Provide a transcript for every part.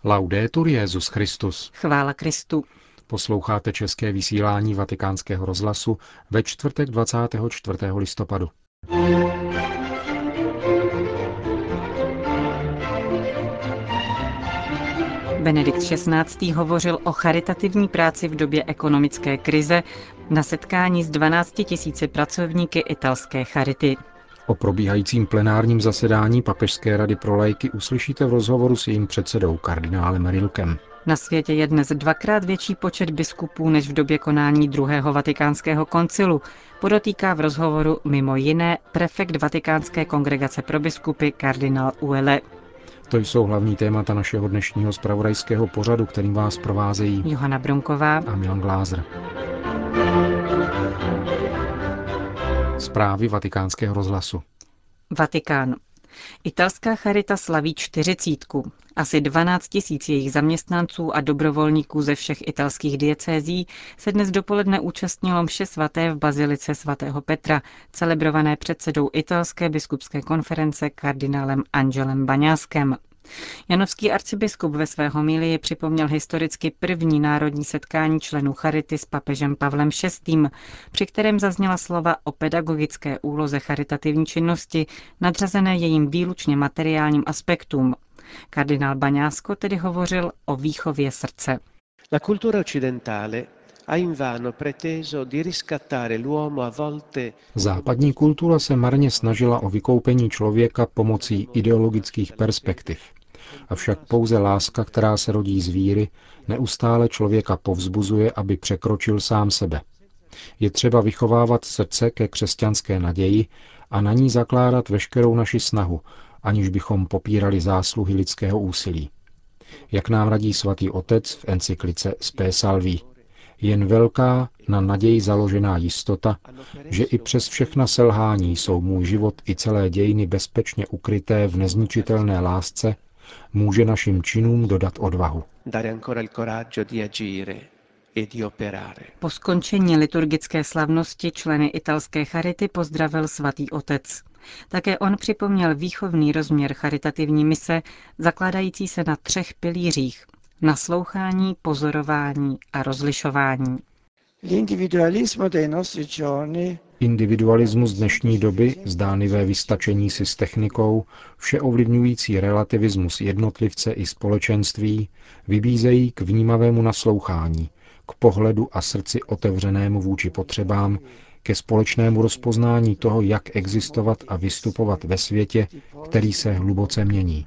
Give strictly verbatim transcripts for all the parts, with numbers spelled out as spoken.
Laudetur Jesus Christus. Chvála Kristu. Posloucháte české vysílání Vatikánského rozhlasu ve čtvrtek dvacátého čtvrtého listopadu. Benedikt šestnáctý. hovořil o charitativní práci v době ekonomické krize na setkání s dvanácti tisíci pracovníky italské charity. O probíhajícím plenárním zasedání Papežské rady pro laiky uslyšíte v rozhovoru s jejím předsedou kardinálem Rilkem. Na světě je dnes dvakrát větší počet biskupů než v době konání druhého vatikánského koncilu, podotýká v rozhovoru mimo jiné prefekt Vatikánské kongregace pro biskupy kardinál Uele. To jsou hlavní témata našeho dnešního zpravodajského pořadu, kterým vás provázejí Johana Bronková a Milan Glázer. Zprávy Vatikánského rozhlasu. Vatikán. Italská charita slaví čtyřicítku. Asi dvanáct tisíc jejich zaměstnanců a dobrovolníků ze všech italských diecézí se dnes dopoledne účastnilo mše svaté v bazilice svatého Petra, celebrované předsedou italské biskupské konference kardinálem Angelem Baňáskem. Janovský arcibiskup ve své homilii připomněl historicky první národní setkání členů charity s papežem Pavlem šestým., při kterém zazněla slova o pedagogické úloze charitativní činnosti, nadřazené jejím výlučně materiálním aspektům. Kardinál Baňásko tedy hovořil o výchově srdce. La cultura occidentale ha invano preteso di riscattare l'uomo a volte. Západní kultura se marně snažila o vykoupení člověka pomocí ideologických perspektiv. Avšak pouze láska, která se rodí z víry, neustále člověka povzbuzuje, aby překročil sám sebe. Je třeba vychovávat srdce ke křesťanské naději a na ní zakládat veškerou naši snahu, aniž bychom popírali zásluhy lidského úsilí. Jak nám radí svatý otec v encyklice Spe Salvi, jen velká, na naději založená jistota, že i přes všechna selhání jsou můj život i celé dějiny bezpečně ukryté v nezničitelné lásce, může našim činům dodat odvahu. Po skončení liturgické slavnosti členy italské charity pozdravil svatý otec. Také on připomněl výchovný rozměr charitativní mise, zakládající se na třech pilířích: naslouchání, pozorování a rozlišování. Individualismus dnešní doby, zdánlivé vystačení si s technikou, všeovlivňující relativismus jednotlivce i společenství, vybízejí k vnímavému naslouchání, k pohledu a srdci otevřenému vůči potřebám, ke společnému rozpoznání toho, jak existovat a vystupovat ve světě, který se hluboce mění.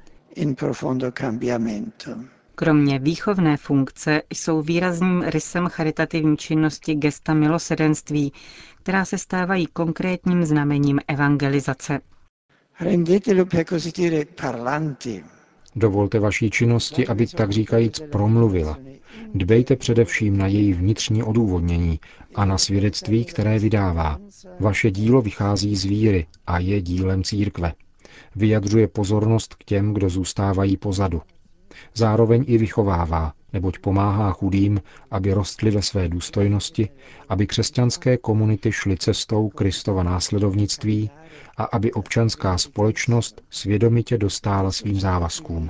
Kromě výchovné funkce jsou výrazným rysem charitativní činnosti gesta milosrdenství, která se stávají konkrétním znamením evangelizace. Dovolte vaší činnosti, aby tak říkajíc promluvila. Dbejte především na její vnitřní odůvodnění a na svědectví, které vydává. Vaše dílo vychází z víry a je dílem církve. Vyjadřuje pozornost k těm, kdo zůstávají pozadu. Zároveň i vychovává, neboť pomáhá chudým, aby rostli ve své důstojnosti, aby křesťanské komunity šly cestou Kristova následovnictví a aby občanská společnost svědomitě dostála svým závazkům.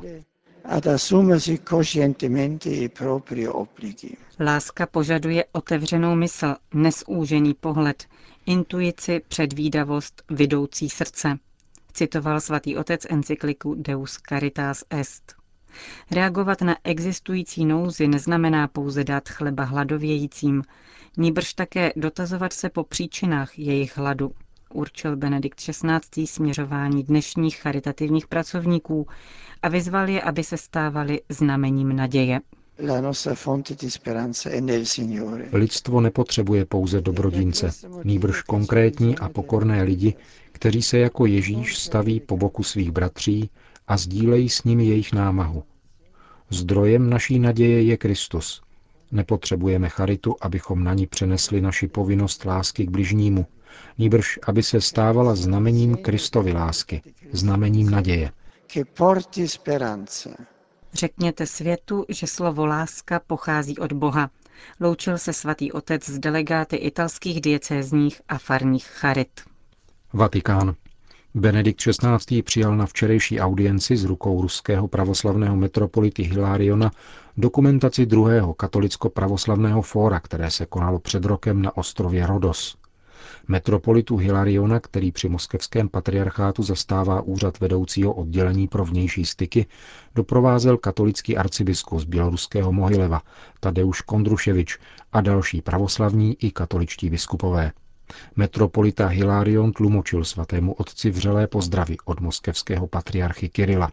Láska požaduje otevřenou mysl, nezúžený pohled, intuici, předvídavost, vidoucí srdce. Citoval svatý otec encykliku Deus Caritas Est. Reagovat na existující nouzi neznamená pouze dát chleba hladovějícím, nýbrž také dotazovat se po příčinách jejich hladu, určil Benedikt šestnáctý. směřování dnešních charitativních pracovníků a vyzval je, aby se stávali znamením naděje. Lidstvo nepotřebuje pouze dobrodince, nýbrž konkrétní a pokorné lidi, kteří se jako Ježíš staví po boku svých bratří a sdílejí s nimi jejich námahu. Zdrojem naší naděje je Kristus. Nepotřebujeme charitu, abychom na ní přenesli naši povinnost lásky k bližnímu, nýbrž aby se stávala znamením Kristovy lásky, znamením naděje. Řekněte světu, že slovo láska pochází od Boha. Loučil se svatý otec s delegáty italských diecézních a farních charit. Vatikán. Benedikt šestnáctý. Přijal na včerejší audienci z rukou ruského pravoslavného metropolity Hilariona dokumentaci druhého katolicko-pravoslavného fóra, které se konalo před rokem na ostrově Rodos. Metropolitu Hilariona, který při moskevském patriarchátu zastává úřad vedoucího oddělení pro vnější styky, doprovázel katolický arcibiskup z běloruského Mohileva Tadeusz Kondruševič a další pravoslavní i katoličtí biskupové. Metropolita Hilarion tlumočil svatému otci vřelé pozdravy od moskevského patriarchy Kirila.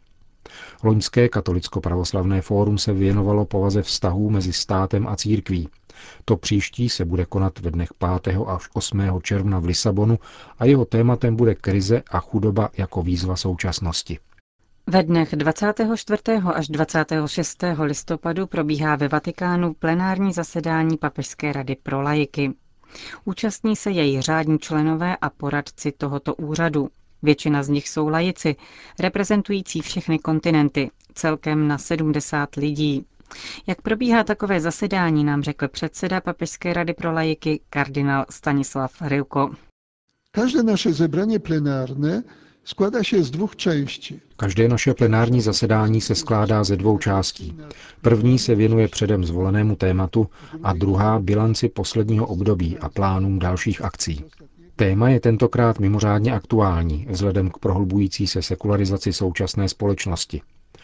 Loňské katolicko-pravoslavné fórum se věnovalo povaze vztahů mezi státem a církví. To příští se bude konat ve dnech pátého až osmého června v Lisabonu a jeho tématem bude krize a chudoba jako výzva současnosti. Ve dnech dvacátého čtvrtého až dvacátého šestého listopadu probíhá ve Vatikánu plenární zasedání Papežské rady pro laiky. Účastní se její řádní členové a poradci tohoto úřadu. Většina z nich jsou laici, reprezentující všechny kontinenty, celkem na sedmdesát lidí. Jak probíhá takové zasedání, nám řekl předseda Papežské rady pro laiky kardinál Stanislav Hryłko. Každé naše zebranie plenárne skladá se z dvou částí. Každé naše plenární zasedání se skládá ze dvou částí. První se věnuje předem zvolenému tématu a druhá bilanci posledního období a plánům dalších akcí. Téma je tentokrát mimořádně aktuální vzhledem k prohlubující se sekularizaci současné společnosti.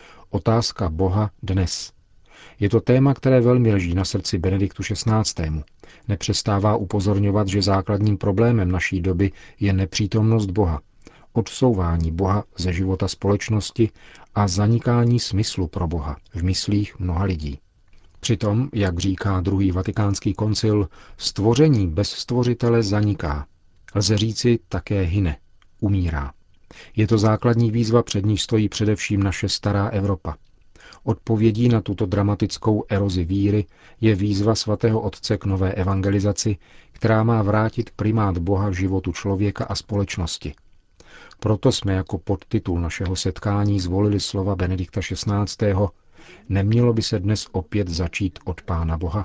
Otázka Boha dnes. Je to téma, které velmi leží na srdci Benediktu šestnáctému. Nepřestává upozorňovat, že základním problémem naší doby je nepřítomnost Boha, odsouvání Boha ze života společnosti a zanikání smyslu pro Boha v myslích mnoha lidí. Přitom, jak říká druhý vatikánský koncil, stvoření bez stvořitele zaniká. Lze říci také hyne, umírá. Je to základní výzva, před níž stojí především naše stará Evropa. Odpovědí na tuto dramatickou erozi víry je výzva svatého otce k nové evangelizaci, která má vrátit primát Boha v životu člověka a společnosti. Proto jsme jako podtitul našeho setkání zvolili slova Benedikta šestnáctého. Nemělo by se dnes opět začít od Pána Boha?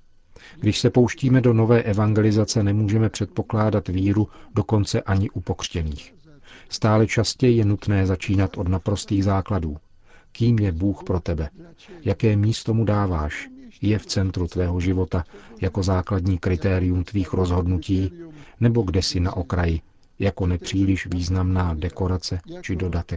Když se pouštíme do nové evangelizace, nemůžeme předpokládat víru dokonce ani u pokřtěných. Stále častěji je nutné začínat od naprostých základů. Kým je Bůh pro tebe? Jaké místo mu dáváš? Je v centru tvého života jako základní kritérium tvých rozhodnutí, nebo kde jsi na okraji, jako nepříliš významná dekorace či dodatek?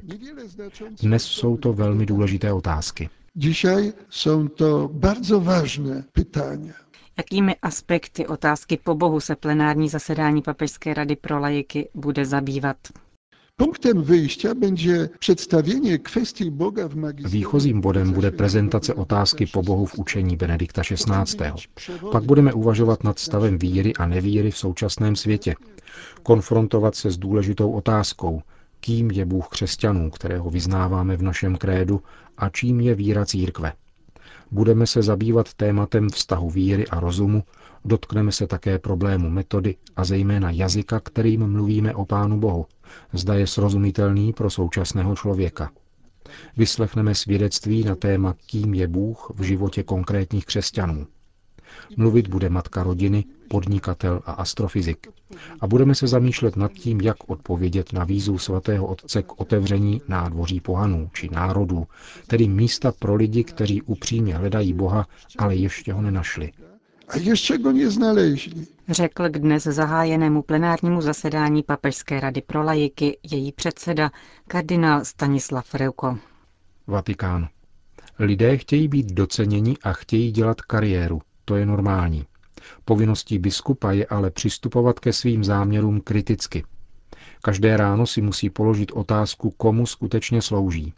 Dnes jsou to velmi důležité otázky. Dzisiaj są to bardzo ważne pytania. Jakými aspekty otázky po Bohu se plenární zasedání Papežské rady pro laiky bude zabývat? Punktem wyjścia będzie przedstawienie kwestii Boga w magisterium. Výchozím bodem bude prezentace otázky po Bohu v učení Benedikta šestnáctého. Pak budeme uvažovat nad stavem víry a nevíry v současném světě. Konfrontovat se s důležitou otázkou, kým je Bůh křesťanů, kterého vyznáváme v našem krédu, a čím je víra církve. Budeme se zabývat tématem vztahu víry a rozumu, dotkneme se také problému metody a zejména jazyka, kterým mluvíme o Pánu Bohu. Zda je srozumitelný pro současného člověka. Vyslechneme svědectví na téma, kým je Bůh v životě konkrétních křesťanů. Mluvit bude matka rodiny, podnikatel a astrofyzik. A budeme se zamýšlet nad tím, jak odpovědět na výzvu svatého otce k otevření nádvoří pohanů či národů, tedy místa pro lidi, kteří upřímně hledají Boha, ale ještě ho nenašli. A ještě go neznaleźli. Řekl k dnes zahájenému plenárnímu zasedání Papežské rady pro laiky její předseda kardinál Stanislav Hryłko. Vatikán. Lidé chtějí být doceněni a chtějí dělat kariéru. To je normální. Povinností biskupa je ale přistupovat ke svým záměrům kriticky. Každé ráno si musí položit otázku, komu skutečně slouží.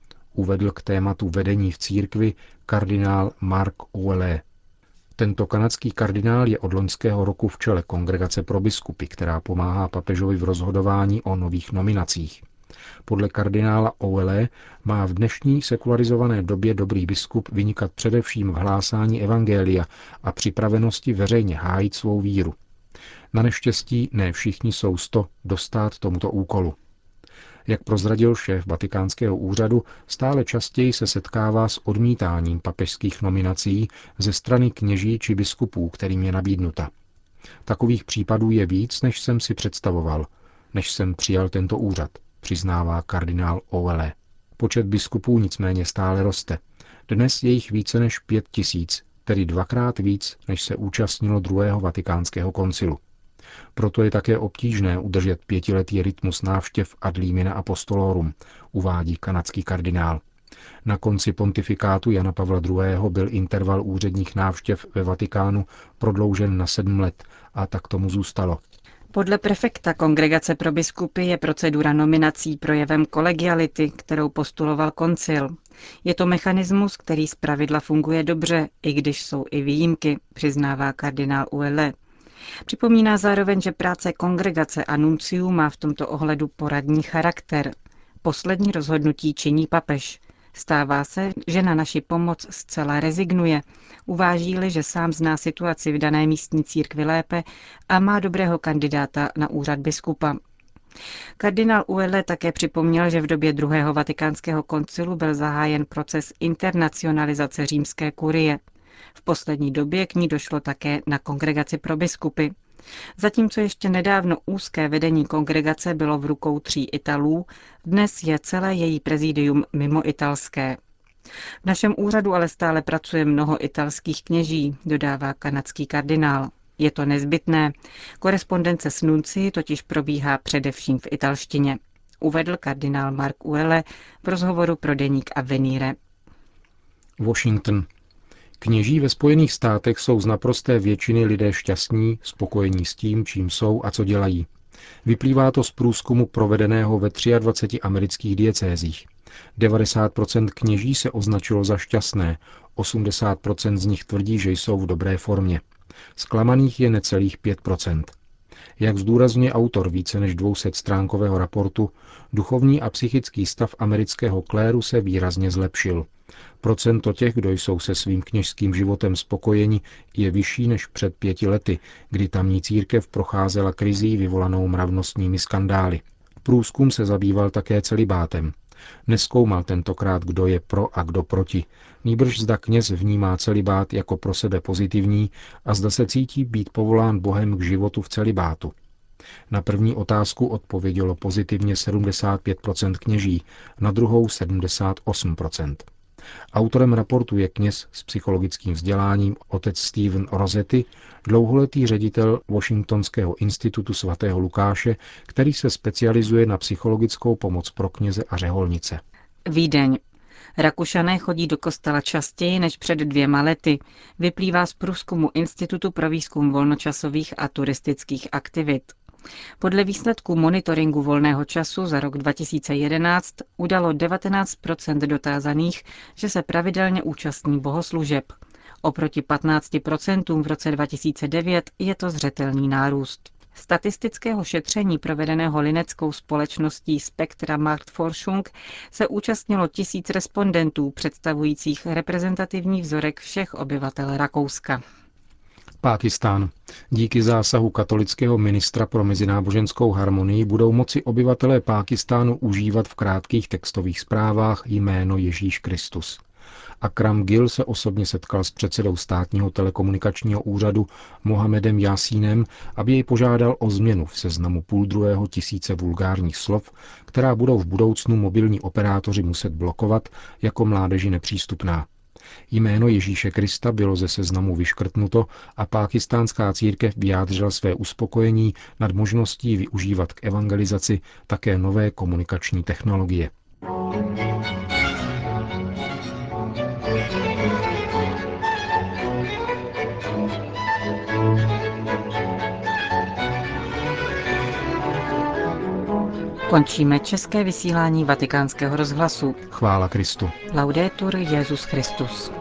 Uvedl k tématu vedení v církvi kardinál Mark Ouellet. Tento kanadský kardinál je od loňského roku v čele Kongregace pro biskupy, která pomáhá papežovi v rozhodování o nových nominacích. Podle kardinála Ouellet má v dnešní sekularizované době dobrý biskup vynikat především v hlásání evangelia a připravenosti veřejně hájit svou víru. Na neštěstí ne všichni jsou sto dostát tomuto úkolu. Jak prozradil šéf vatikánského úřadu, stále častěji se setkává s odmítáním papežských nominací ze strany kněží či biskupů, kterým je nabídnuta. Takových případů je víc, než jsem si představoval, než jsem přijal tento úřad, přiznává kardinál Ouellet. Počet biskupů nicméně stále roste. Dnes je jich více než pět tisíc, tedy dvakrát víc, než se účastnilo druhého vatikánského koncilu. Proto je také obtížné udržet pětiletý rytmus návštěv ad limina apostolorum, uvádí kanadský kardinál. Na konci pontifikátu Jana Pavla druhého. Byl interval úředních návštěv ve Vatikánu prodloužen na sedm let a tak tomu zůstalo. Podle prefekta Kongregace pro biskupy je procedura nominací projevem kolegiality, kterou postuloval koncil. Je to mechanismus, který zpravidla funguje dobře, i když jsou i výjimky, přiznává kardinál Ouellet. Připomíná zároveň, že práce kongregace a nunciů má v tomto ohledu poradní charakter. Poslední rozhodnutí činí papež. Stává se, že na naši pomoc zcela rezignuje, uváží-li, že sám zná situaci v dané místní církvi lépe a má dobrého kandidáta na úřad biskupa. Kardinál Ouellet také připomněl, že v době druhého vatikánského koncilu byl zahájen proces internacionalizace římské kurie. V poslední době k ní došlo také na Kongregaci pro biskupy. Zatímco ještě nedávno úzké vedení kongregace bylo v rukou tří Italů, dnes je celé její prezidium mimo italské. V našem úřadu ale stále pracuje mnoho italských kněží, dodává kanadský kardinál. Je to nezbytné. Korespondence s nuncii totiž probíhá především v italštině, uvedl kardinál Mark Ouellet v rozhovoru pro deník Avvenire. Washington. Kněží ve Spojených státech jsou z naprosté většiny lidé šťastní, spokojení s tím, čím jsou a co dělají. Vyplývá to z průzkumu provedeného ve dvaceti třech amerických diecézích. devadesát procent kněží se označilo za šťastné, osmdesát procent z nich tvrdí, že jsou v dobré formě. Zklamaných je necelých pět procent. Jak zdůrazňuje autor více než dvousetstránkového raportu, duchovní a psychický stav amerického kléru se výrazně zlepšil. Procento těch, kdo jsou se svým kněžským životem spokojeni, je vyšší než před pěti lety, kdy tamní církev procházela krizí vyvolanou mravnostními skandály. Průzkum se zabýval také celibátem. Nezkoumal tentokrát, kdo je pro a kdo proti, nýbrž zda kněz vnímá celibát jako pro sebe pozitivní a zda se cítí být povolán Bohem k životu v celibátu. Na první otázku odpovědělo pozitivně sedmdesát pět procent kněží, na druhou sedmdesát osm procent. Autorem raportu je kněz s psychologickým vzděláním otec Steven Rossetti, dlouholetý ředitel Washingtonského institutu svatého Lukáše, který se specializuje na psychologickou pomoc pro kněze a řeholnice. Vídeň. Rakušané chodí do kostela častěji než před dvěma lety, vyplývá z průzkumu Institutu pro výzkum volnočasových a turistických aktivit. Podle výsledků monitoringu volného času za rok dva tisíce jedenáct udalo devatenáct procent dotázaných, že se pravidelně účastní bohoslužeb. Oproti patnácti procentům v roce dva tisíce devět je to zřetelný nárůst. Statistického šetření provedeného lineckou společností Spectra Marktforschung se účastnilo tisíc respondentů představujících reprezentativní vzorek všech obyvatel Rakouska. Pákistán. Díky zásahu katolického ministra pro mezináboženskou harmonii budou moci obyvatelé Pákistánu užívat v krátkých textových zprávách jméno Ježíš Kristus. Akram Gil se osobně setkal s předsedou státního telekomunikačního úřadu Mohamedem Jasínem, aby jej požádal o změnu v seznamu půl druhého tisíce vulgárních slov, která budou v budoucnu mobilní operátoři muset blokovat jako mládeži nepřístupná. Jméno Ježíše Krista bylo ze seznamu vyškrtnuto a pákistánská církev vyjádřila své uspokojení nad možností využívat k evangelizaci také nové komunikační technologie. Končíme české vysílání Vatikánského rozhlasu. Chvála Kristu. Laudetur Jesus Christus.